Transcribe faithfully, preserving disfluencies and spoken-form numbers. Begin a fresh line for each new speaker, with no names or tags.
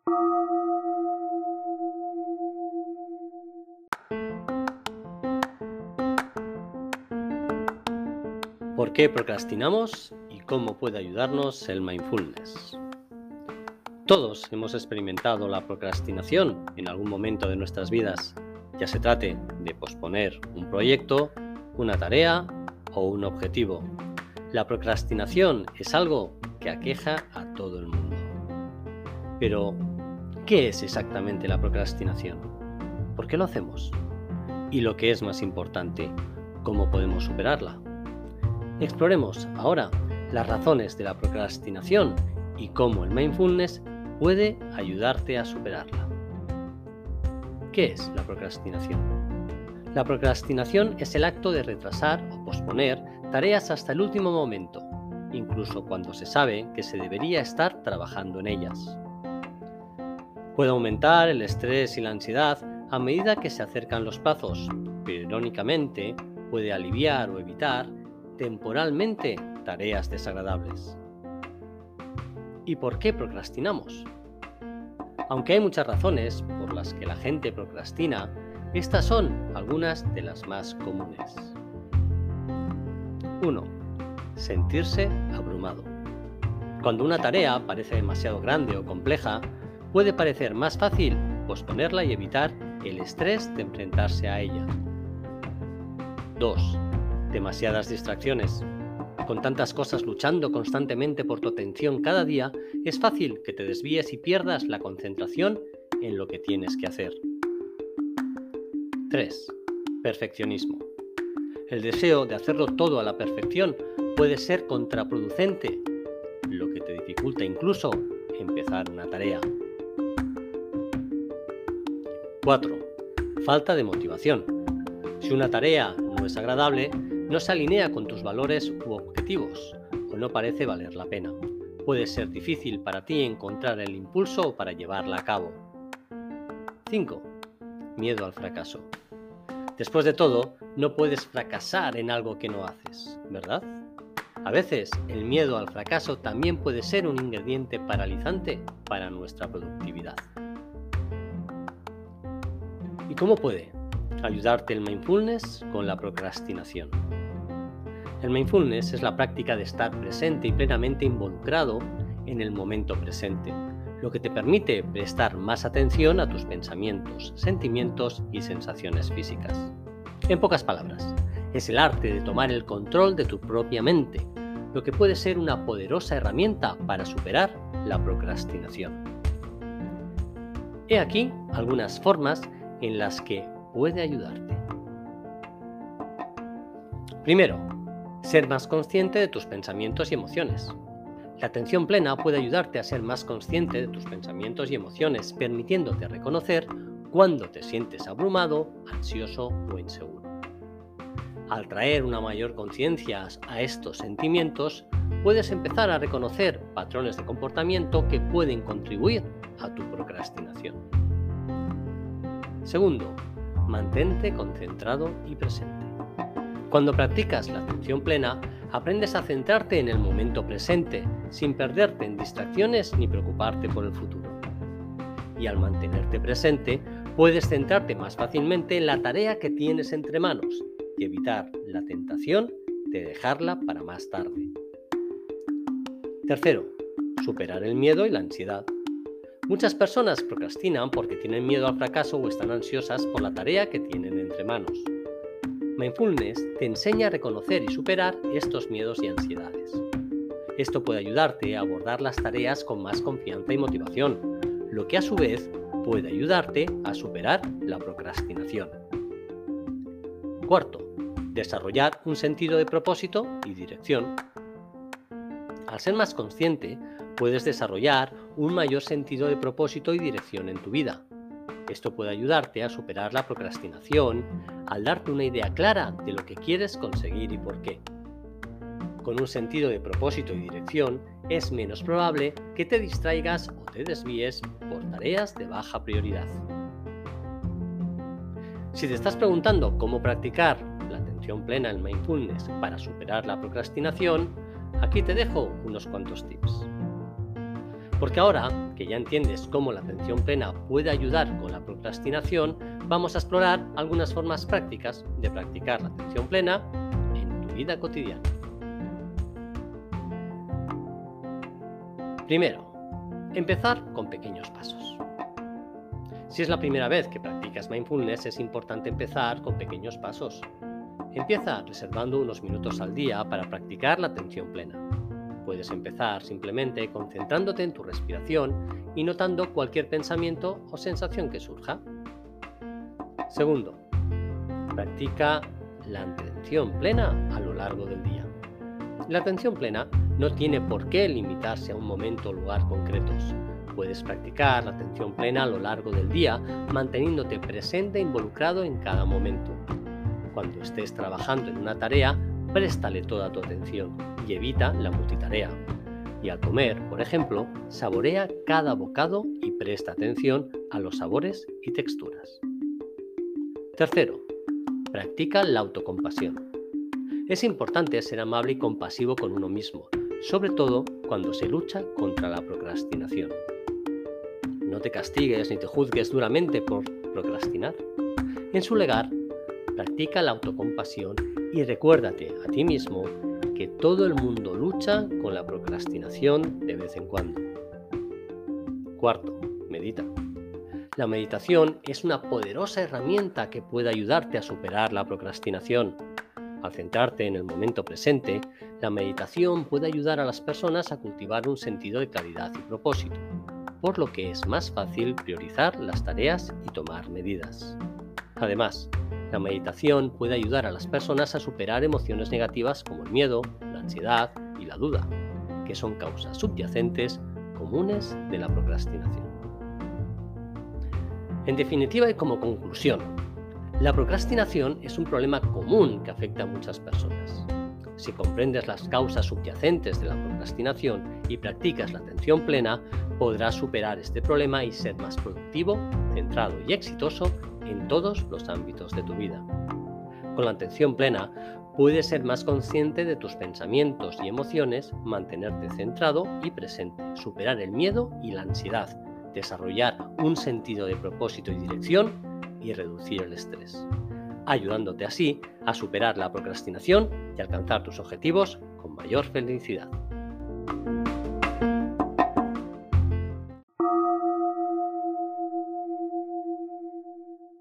¿Por qué procrastinamos y cómo puede ayudarnos el mindfulness? Todos hemos experimentado la procrastinación en algún momento de nuestras vidas, ya se trate de posponer un proyecto, una tarea o un objetivo. La procrastinación es algo que aqueja a todo el mundo. Pero, ¿qué es exactamente la procrastinación? ¿Por qué lo hacemos? Y lo que es más importante, ¿cómo podemos superarla? Exploremos ahora las razones de la procrastinación y cómo el mindfulness puede ayudarte a superarla. ¿Qué es la procrastinación? La procrastinación es el acto de retrasar o posponer tareas hasta el último momento, incluso cuando se sabe que se debería estar trabajando en ellas. Puede aumentar el estrés y la ansiedad a medida que se acercan los plazos, pero irónicamente puede aliviar o evitar temporalmente tareas desagradables. ¿Y por qué procrastinamos? Aunque hay muchas razones por las que la gente procrastina, estas son algunas de las más comunes. uno. Sentirse abrumado. Cuando una tarea parece demasiado grande o compleja, puede parecer más fácil posponerla y evitar el estrés de enfrentarse a ella. dos. Demasiadas distracciones. Con tantas cosas luchando constantemente por tu atención cada día, es fácil que te desvíes y pierdas la concentración en lo que tienes que hacer. tres. Perfeccionismo. El deseo de hacerlo todo a la perfección puede ser contraproducente, lo que te dificulta incluso empezar una tarea. cuatro. Falta de motivación. Si una tarea no es agradable, no se alinea con tus valores u objetivos, o no parece valer la pena. Puede ser difícil para ti encontrar el impulso para llevarla a cabo. cinco. Miedo al fracaso. Después de todo, no puedes fracasar en algo que no haces, ¿verdad? A veces, el miedo al fracaso también puede ser un ingrediente paralizante para nuestra productividad. ¿Y cómo puede ayudarte el mindfulness con la procrastinación? El mindfulness es la práctica de estar presente y plenamente involucrado en el momento presente, lo que te permite prestar más atención a tus pensamientos, sentimientos y sensaciones físicas. En pocas palabras, es el arte de tomar el control de tu propia mente, lo que puede ser una poderosa herramienta para superar la procrastinación. He aquí algunas formas en las que puede ayudarte. Primero, ser más consciente de tus pensamientos y emociones. La atención plena puede ayudarte a ser más consciente de tus pensamientos y emociones, permitiéndote reconocer cuando te sientes abrumado, ansioso o inseguro. Al traer una mayor conciencia a estos sentimientos, puedes empezar a reconocer patrones de comportamiento que pueden contribuir a tu procrastinación. Segundo, mantente concentrado y presente. Cuando practicas la atención plena, aprendes a centrarte en el momento presente, sin perderte en distracciones ni preocuparte por el futuro. Y al mantenerte presente, puedes centrarte más fácilmente en la tarea que tienes entre manos y evitar la tentación de dejarla para más tarde. Tercero, superar el miedo y la ansiedad. Muchas personas procrastinan porque tienen miedo al fracaso o están ansiosas por la tarea que tienen entre manos. Mindfulness te enseña a reconocer y superar estos miedos y ansiedades. Esto puede ayudarte a abordar las tareas con más confianza y motivación, lo que a su vez puede ayudarte a superar la procrastinación. Cuarto, desarrollar un sentido de propósito y dirección. Al ser más consciente, puedes desarrollar un mayor sentido de propósito y dirección en tu vida. Esto puede ayudarte a superar la procrastinación al darte una idea clara de lo que quieres conseguir y por qué. Con un sentido de propósito y dirección, es menos probable que te distraigas o te desvíes por tareas de baja prioridad. Si te estás preguntando cómo practicar la atención plena en mindfulness para superar la procrastinación, aquí te dejo unos cuantos tips. Porque ahora que ya entiendes cómo la atención plena puede ayudar con la procrastinación, vamos a explorar algunas formas prácticas de practicar la atención plena en tu vida cotidiana. Primero, empezar con pequeños pasos. Si es la primera vez que practicas mindfulness, es importante empezar con pequeños pasos. Empieza reservando unos minutos al día para practicar la atención plena. Puedes empezar simplemente concentrándote en tu respiración y notando cualquier pensamiento o sensación que surja. Segundo, practica la atención plena a lo largo del día. La atención plena no tiene por qué limitarse a un momento o lugar concretos. Puedes practicar la atención plena a lo largo del día, manteniéndote presente e involucrado en cada momento. Cuando estés trabajando en una tarea, préstale toda tu atención y evita la multitarea. Y al comer, por ejemplo, saborea cada bocado y presta atención a los sabores y texturas. Tercero, practica la autocompasión. Es importante ser amable y compasivo con uno mismo, sobre todo cuando se lucha contra la procrastinación. No te castigues ni te juzgues duramente por procrastinar. En su lugar, practica la autocompasión y recuérdate a ti mismo que todo el mundo lucha con la procrastinación de vez en cuando. Cuarto, medita. La meditación es una poderosa herramienta que puede ayudarte a superar la procrastinación. Al centrarte en el momento presente, la meditación puede ayudar a las personas a cultivar un sentido de claridad y propósito, por lo que es más fácil priorizar las tareas y tomar medidas. Además, la meditación puede ayudar a las personas a superar emociones negativas como el miedo, la ansiedad y la duda, que son causas subyacentes comunes de la procrastinación. En definitiva y como conclusión, la procrastinación es un problema común que afecta a muchas personas. Si comprendes las causas subyacentes de la procrastinación y practicas la atención plena, podrás superar este problema y ser más productivo, centrado y exitoso en todos los ámbitos de tu vida. Con la atención plena, puedes ser más consciente de tus pensamientos y emociones, mantenerte centrado y presente, superar el miedo y la ansiedad, desarrollar un sentido de propósito y dirección y reducir el estrés, ayudándote así a superar la procrastinación y alcanzar tus objetivos con mayor felicidad.